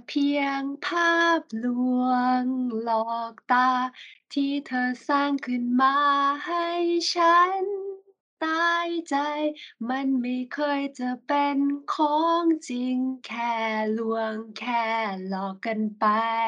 เพียงภาพลวงหลอกตาที่เธอสร้างขึ้นมาให้ฉันตายใจมันไม่เคยจะเป็นของจริงแค่ลวงแค่หลอกกันไป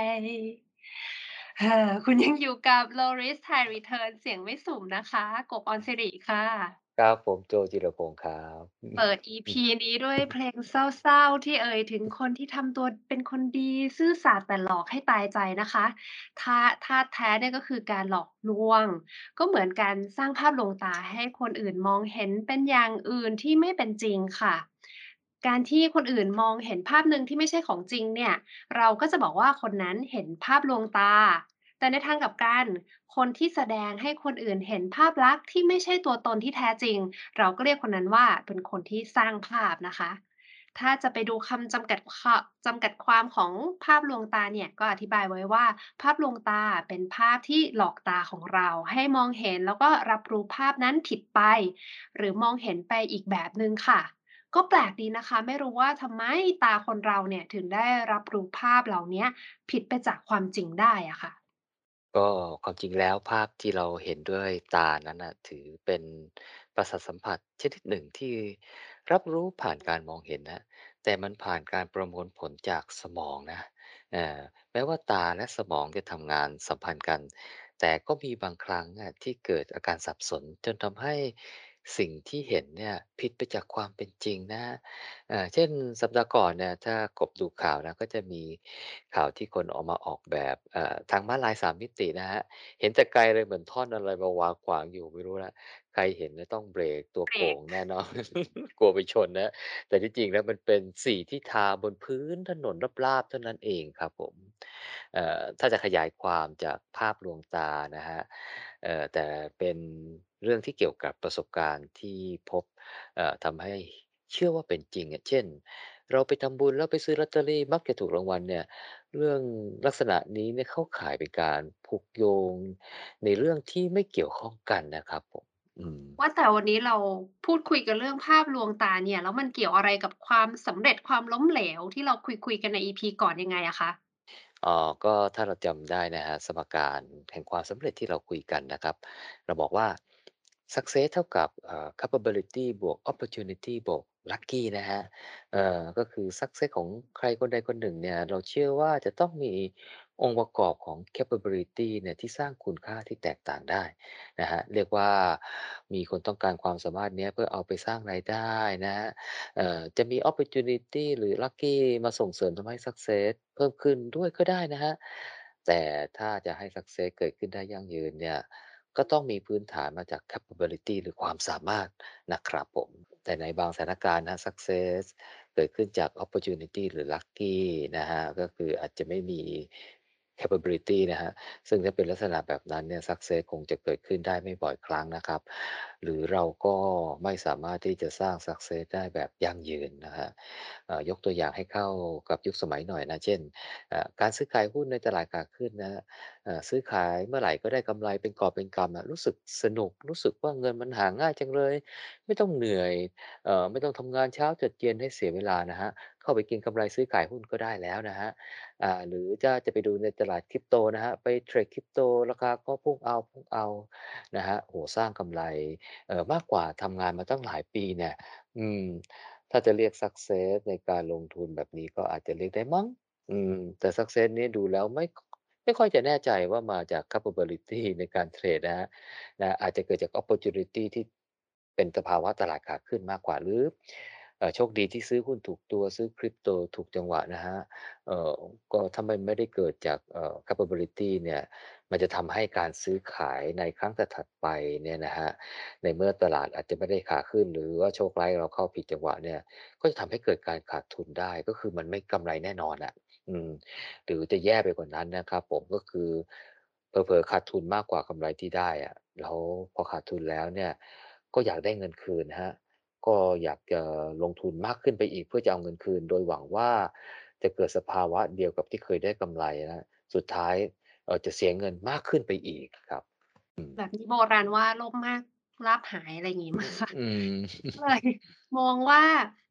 คุณยังอยู่กับ Loris Thai Return เสียงไม่สุ่มนะคะกบออนสิริค่ะครับผมโจจิรพงศ์ครับเปิด EP นี้ด้วยเพลงเศร้าๆที่เอ่ยถึงคนที่ทำตัวเป็นคนดีซื่อสัตย์แต่หลอกให้ตายใจนะคะท่าแท้เนี่ยก็คือการหลอกลวงก็เหมือนการสร้างภาพลวงตาให้คนอื่นมองเห็นเป็นอย่างอื่นที่ไม่เป็นจริงค่ะการที่คนอื่นมองเห็นภาพหนึ่งที่ไม่ใช่ของจริงเนี่ยเราก็จะบอกว่าคนนั้นเห็นภาพลวงตาแต่ในทางกลับกันคนที่แสดงให้คนอื่นเห็นภาพลักษณ์ที่ไม่ใช่ตัวตนที่แท้จริง เราก็เรียกคนนั้นว่าเป็นคนที่สร้างภาพนะคะ ถ้าจะไปดูคำจำกัดความของภาพลวงตาเนี่ยก็อธิบายไว้ว่าภาพลวงตาเป็นภาพที่หลอกตาของเราให้มองเห็นแล้วก็รับรู้ภาพนั้นผิดไปหรือมองเห็นไปอีกแบบหนึ่งค่ะก็แปลกดีนะคะไม่รู้ว่าทำไมตาคนเราเนี่ยถึงได้รับรู้ภาพเหล่าเนี้ยผิดไปจากความจริงได้อะค่ะก็ความจริงแล้วภาพที่เราเห็นด้วยตานั้นน่ะถือเป็นประสาทสัมผัสชนิดหนึ่งที่รับรู้ผ่านการมองเห็นนะแต่มันผ่านการประมวลผลจากสมองนะเอ่อแม้ว่าตาและสมองจะทำงานสัมพันธ์กันแต่ก็มีบางครั้งอะที่เกิดอาการสับสนจนทำให้สิ่งที่เห็นเนี่ยผิดไปจากความเป็นจริงนะครับเช่นสัปดาห์ก่อนเนี่ยถ้ากบดูข่าวนะก็จะมีข่าวที่คนเอามาออกแบบทางม้าลาย3มิตินะครับเห็นแต่ไกลเลยเหมือนท่อนอะไรมาวางขวางอยู่ไม่รู้นะใครเห็นเนี่ยต้องเบรกตัวโก่งแน่นอนกลัวไปชนนะแต่ที่จริงแล้วมันเป็นสีที่ทาบนพื้นถนนราบๆเท่านั้นเองครับผมถ้าจะขยายความจากภาพลวงตานะครับแต่เป็นเรื่องที่เกี่ยวกับประสบการณ์ที่พบทำให้เชื่อว่าเป็นจริงอะเช่น เราไปทำบุญแล้วไปซื้อลอตเตอรี่มักจะถูกรางวัลเนี่ยเรื่องลักษณะนี้เนี่ยเข้าข่ายเป็นการผูกโยงในเรื่องที่ไม่เกี่ยวข้องกันนะครับผมอืมว่าแต่วันนี้เราพูดคุยกันเรื่องภาพลวงตาเนี่ยแล้วมันเกี่ยวอะไรกับความสำเร็จความล้มเหลวที่เราคุยกันใน EP ก่อนยังไงอะคะก็ถ้าเราจำได้นะครับสมการแห่งความสำเร็จที่เราคุยกันนะครับเราบอกว่า success เท่ากับcapability บวก opportunity บวก lucky นะครับก็คือ success ของใครคนใดคนหนึ่งเนี่ยเราเชื่อว่าจะต้องมีองค์ประกอบของ capability เนี่ยที่สร้างคุณค่าที่แตกต่างได้นะครับเรียกว่ามีคนต้องการความสามารถเนี้ยเพื่อเอาไปสร้างรายได้นะครับ จะมี opportunity หรือ lucky มาส่งเสริมทำให้ success เพิ่มขึ้นด้วยก็ได้นะครับแต่ถ้าจะให้ success เกิดขึ้นได้ยั่งยืนเนี่ยก็ต้องมีพื้นฐานมาจาก capability หรือความสามารถนะครับผมแต่ในบางสถานการณ์นะ success เกิดขึ้นจาก opportunity หรือ lucky นะครับก็คืออาจจะไม่มี capability นะครับซึ่งถ้าเป็นลักษณะแบบนั้นเนี่ย success คงจะเกิดขึ้นได้ไม่บ่อยครั้งนะครับ หรือเราก็ไม่สามารถที่จะสร้าง success ได้แบบยั่งยืนนะครับยกตัวอย่างให้เข้ากับยุคสมัยหน่อยนะเช่นการซื้อขายหุ้นในตลาดขาขึ้นนะครับซื้อขายเมื่อไหร่ก็ได้กำไรเป็นกอบเป็นกำอะรู้สึกสนุกรู้สึกว่าเงินมันหาง่ายจังเลยไม่ต้องเหนื่อยไม่ต้องทำงานเช้าจดเย็นให้เสียเวลานะครับเข้าไปเก็งกำไรซื้อขายหุ้นก็ได้แล้วนะครับหรือจะไปดูในตลาด Crypto นะครับไปเทรด Crypto ราคาก็พุ่งเอานะครับโอ้โฮสร้างกำไร มากกว่าทำงานมาตั้งหลายปีเนี่ยอืมถ้าจะเรียก success ในการลงทุนแบบนี้ก็อาจจะเรียกได้มั้งแต่ success นี้ดูแล้วไม่ค่อยจะแน่ใจว่ามาจาก capability ในการเทรดนะครับอาจจะเกิดจาก opportunity ที่เป็นสภาวะตลาดขาขึ้นมากกว่าหรือโชคดีที่ซื้อหุ้นถูกตัวซื้อ Crypto ถูกจังหวะนะครับเอ่อก็ถ้ามันไม่ได้เกิดจากcapability เนี่ยมันจะทำให้การซื้อขายในครั้งถัดๆไปเนี่ยนะครับ ในเมื่อตลาดอาจจะไม่ได้ขาขึ้นหรือว่าโชคร้ายเราเข้าผิดจังหวะเนี่ยก็จะทำให้เกิดการขาดทุนได้ก็คือมันไม่กำไรแน่นอนอะอืมหรือจะแย่ไปกว่านั้นนะครับผมก็คือเผลอๆขาดทุนมากกว่ากำไรที่ได้อะแล้วพอขาดทุนแล้วเนี่ยก็อยากได้เงินคืนครับก็อยากจะลงทุนมากขึ้นไปอีกเพื่อจะเอาเงินคืนโดยหวังว่าจะเกิดสภาวะเดียวกับที่เคยได้กำไรนะครับสุดท้ายจะเสียเงินมากขึ้นไปอีกครับอืมแบบนี้โบราณว่าโลภมากลาภหายอะไรอย่างงี้มั้งคะอืมก็เลยมองว่า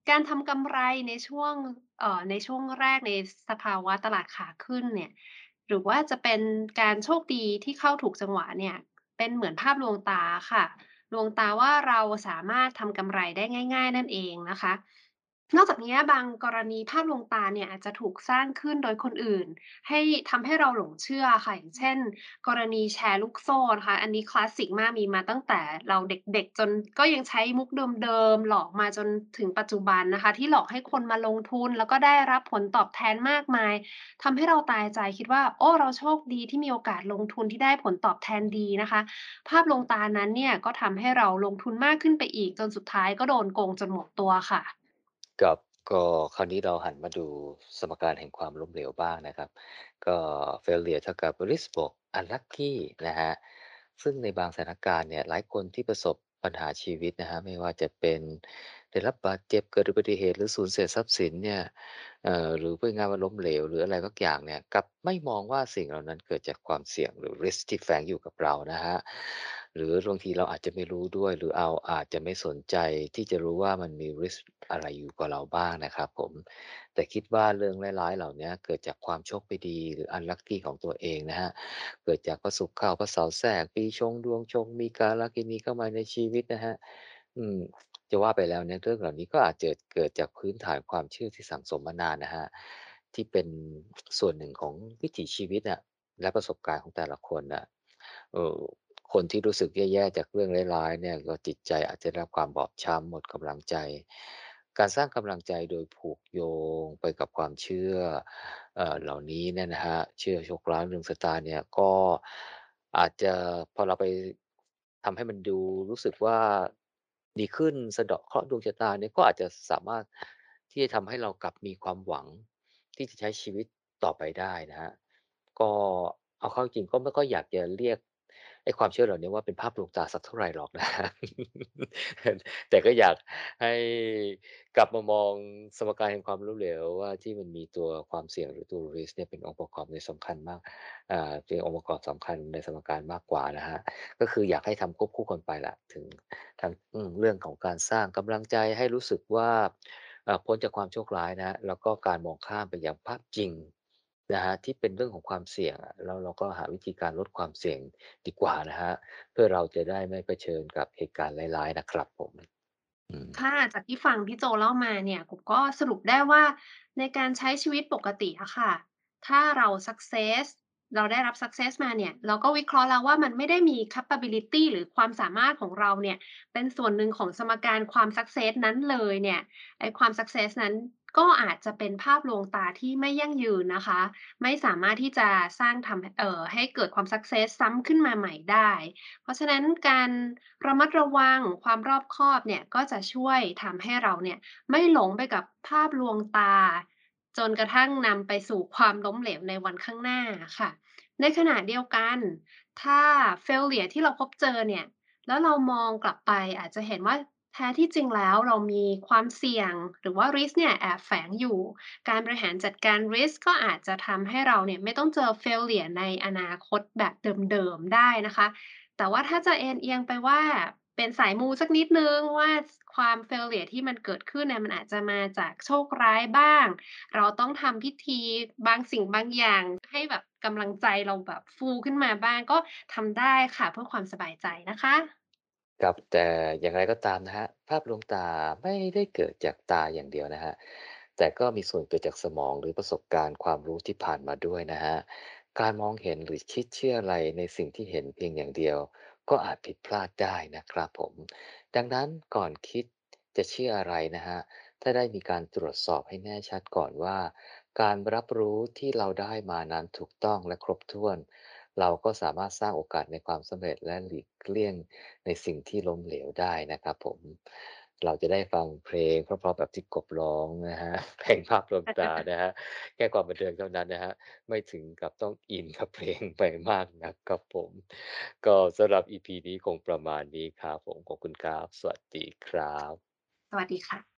การทำกำไรในช่วงแรกในสภาวะตลาดขาขึ้นเนี่ยหรือว่าจะเป็นการโชคดีที่เข้าถูกจังหวะเนี่ยเป็นเหมือนภาพลวงตาค่ะลวงตาว่าเราสามารถทำกำไรได้ง่ายๆนั่นเองนะคะนอกจากนี้บางกรณีภาพลวงตาเนี่ยอาจจะถูกสร้างขึ้นโดยคนอื่นให้ทำให้เราหลงเชื่อค่ะอย่างเช่นกรณีแชร์ลูกโซ่นะคะอันนี้คลาสสิกมากมีมาตั้งแต่เราเด็กๆจนก็ยังใช้มุกเดิมๆหลอกมาจนถึงปัจจุบันนะคะที่หลอกให้คนมาลงทุนแล้วก็ได้รับผลตอบแทนมากมายทำให้เราตายใจคิดว่าโอ้เราโชคดีที่มีโอกาสลงทุนที่ได้ผลตอบแทนดีนะคะภาพลวงตานั้นเนี่ยก็ทำให้เราลงทุนมากขึ้นไปอีกจนสุดท้ายก็โดนโกงจนหมดตัวค่ะกับก็คราวนี้เราหันมาดูสมการแห่งความล้มเหลวบ้างนะครับก็ failure เท่ากับ risk บวก unlucky นะครับซึ่งในบางสถานการณ์เนี่ยหลายคนที่ประสบปัญหาชีวิตนะครับไม่ว่าจะเป็นได้รับบาดเจ็บเกิดอุบัติเหตุหรือสูญเสียทรัพย์สินเนี่ยหรือพูดง่ายๆว่าล้มเหลวหรืออะไรสักอย่างเนี่ยกลับไม่มองว่าสิ่งเหล่านั้นเกิดจากความเสี่ยงหรือ risk ที่แฝงอยู่กับเรานะครับหรือบางทีเราอาจจะไม่รู้ด้วยหรือเราอาจจะไม่สนใจที่จะรู้ว่ามันมี risk อะไรอยู่กับเราบ้างนะครับผมแต่คิดว่าเรื่องร้ายๆเหล่าเนี้ยเกิดจากความโชคไม่ดีหรือ unlucky ของตัวเองนะครับเกิดจากพระศุกร์เข้าพระเสาร์แทรกปีชงดวงชงมีกาลกิณีเข้ามาในชีวิตนะครับอืมจะว่าไปแล้วเนี่ยเรื่องเหล่านี้ก็อาจจะเกิดจากพื้นฐานความเชื่อที่สั่งสมมานานนะครับที่เป็นส่วนหนึ่งของวิถีชีวิตอะและประสบการณ์ของแต่ละคนน่ะเอ่อคนที่รู้สึกแย่ๆจากเรื่องร้ายๆเนี่ยก็จิตใจอาจจะได้รับความบอบช้ำหมดกำลังใจการสร้างกำลังใจโดยผูกโยงไปกับความเชื่อเหล่านี้เนี่ยนะครับเชื่อโชคร้ายดวงชะตาเนี่ยก็อาจจะพอเราไปทำให้มันดูรู้สึกว่าดีขึ้นสะเดาะเคราะห์ดวงชะตาเนี่ยก็อาจจะสามารถที่จะทำให้เรากลับมีความหวังที่จะใช้ชีวิตต่อไปได้นะครับ ก็เอาเข้าจริงก็ไม่ค่อยอยากจะเรียกไอ้ความเชื่อเหล่านี้ว่าเป็นภาพลวงตาสักเท่าไรหรอกนะครับแต่ก็อยากให้กลับมามองสมการแห่งความล้มเหลวว่าที่มันมีตัวความเสี่ยงหรือตัว risk เนี่ยเป็นองค์ประกอบในสำคัญมากเป็นองค์ประกอบสำคัญในสมการมากกว่านะครับก็คืออยากให้ทำควบคู่กันไปแหละถึงทั้งเรื่องของการสร้างกำลังใจให้รู้สึกว่าพ้นจากความโชคร้ายนะครับแล้วก็การมองข้ามไปยังภาพจริง นะครับที่เป็นเรื่องของความเสี่ยงอะแล้วเราก็หาวิธีการลดความเสี่ยงดีกว่านะครับเพื่อเราจะได้ไม่เผชิญกับเหตุการณ์ร้ายๆนะครับผมอืมค่ะจากที่ฟังพี่โจเล่ามาเนี่ยผมก็สรุปได้ว่าในการใช้ชีวิตปกติอะค่ะถ้าเรา success เราได้รับ success มาเนี่ยเราก็วิเคราะห์แล้วว่ามันไม่ได้มี capability หรือความสามารถของเราเนี่ยเป็นส่วนหนึ่งของสมการความ success นั้นเลยเนี่ยไอ้ความ success นั้นก็อาจจะเป็นภาพลวงตาที่ไม่ยั่งยืนนะคะไม่สามารถที่จะสร้างทำให้เกิดความ success ซ้ำขึ้นมาใหม่ได้ เพราะฉะนั้นการระมัดระวังความรอบคอบเนี่ยก็จะช่วยทำให้เราเนี่ยไม่หลงไปกับภาพลวงตาจนกระทั่งนำไปสู่ความล้มเหลวในวันข้างหน้าค่ะในขณะเดียวกันถ้า failure ที่เราพบเจอเนี่ยแล้วเรามองกลับไปอาจจะเห็นว่าแท้ที่จริงแล้วเรามีความเสี่ยงหรือว่า risk เนี่ยแอบแฝงอยู่การบริหารจัดการ risk ก็อาจจะทำให้เราเนี่ยไม่ต้องเจอ failure ในอนาคตแบบเดิมๆได้นะคะ แต่ว่าถ้าจะเอนเอียงไปว่าเป็นสายมูสักนิดหนึ่งว่าความ failure ที่มันเกิดขึ้นเนี่ยมันอาจจะมาจากโชคร้ายบ้างเราต้องทำพิธีบางสิ่งบางอย่างให้แบบกำลังใจเราแบบฟูขึ้นมาบ้างก็ทำได้ค่ะเพื่อความสบายใจนะคะครับแต่อย่างไรก็ตามนะครับภาพลวงตาไม่ได้เกิดจากตาอย่างเดียวนะครับแต่ก็มีส่วนเกิดจากสมองหรือประสบการณ์ความรู้ที่ผ่านมาด้วยนะครับการมองเห็นหรือคิดเชื่ออะไรในสิ่งที่เห็นเพียงอย่างเดียวก็อาจผิดพลาดได้นะครับผมดังนั้นก่อนคิดจะเชื่ออะไรนะครับ ถ้าได้มีการตรวจสอบให้แน่ชัดก่อนว่าการรับรู้ที่เราได้มานั้นถูกต้องและครบถ้วนเราก็สามารถสร้างโอกาสในความสำเร็จและหลีกเลี่ยงในสิ่งที่ล้มเหลวได้นะครับผมเราจะได้ฟังเพลงเพราะๆแบบที่กบร้องนะครับเพลงภาพลวงตานะครับแค่ความบันเทิงเท่านั้นนะครับไม่ถึงกับต้องอินกับเพลงไปมากนักครับผมก็สำหรับ EP นี้คงประมาณนี้ครับผมขอบคุณครับสวัสดีครับสวัสดีค่ะ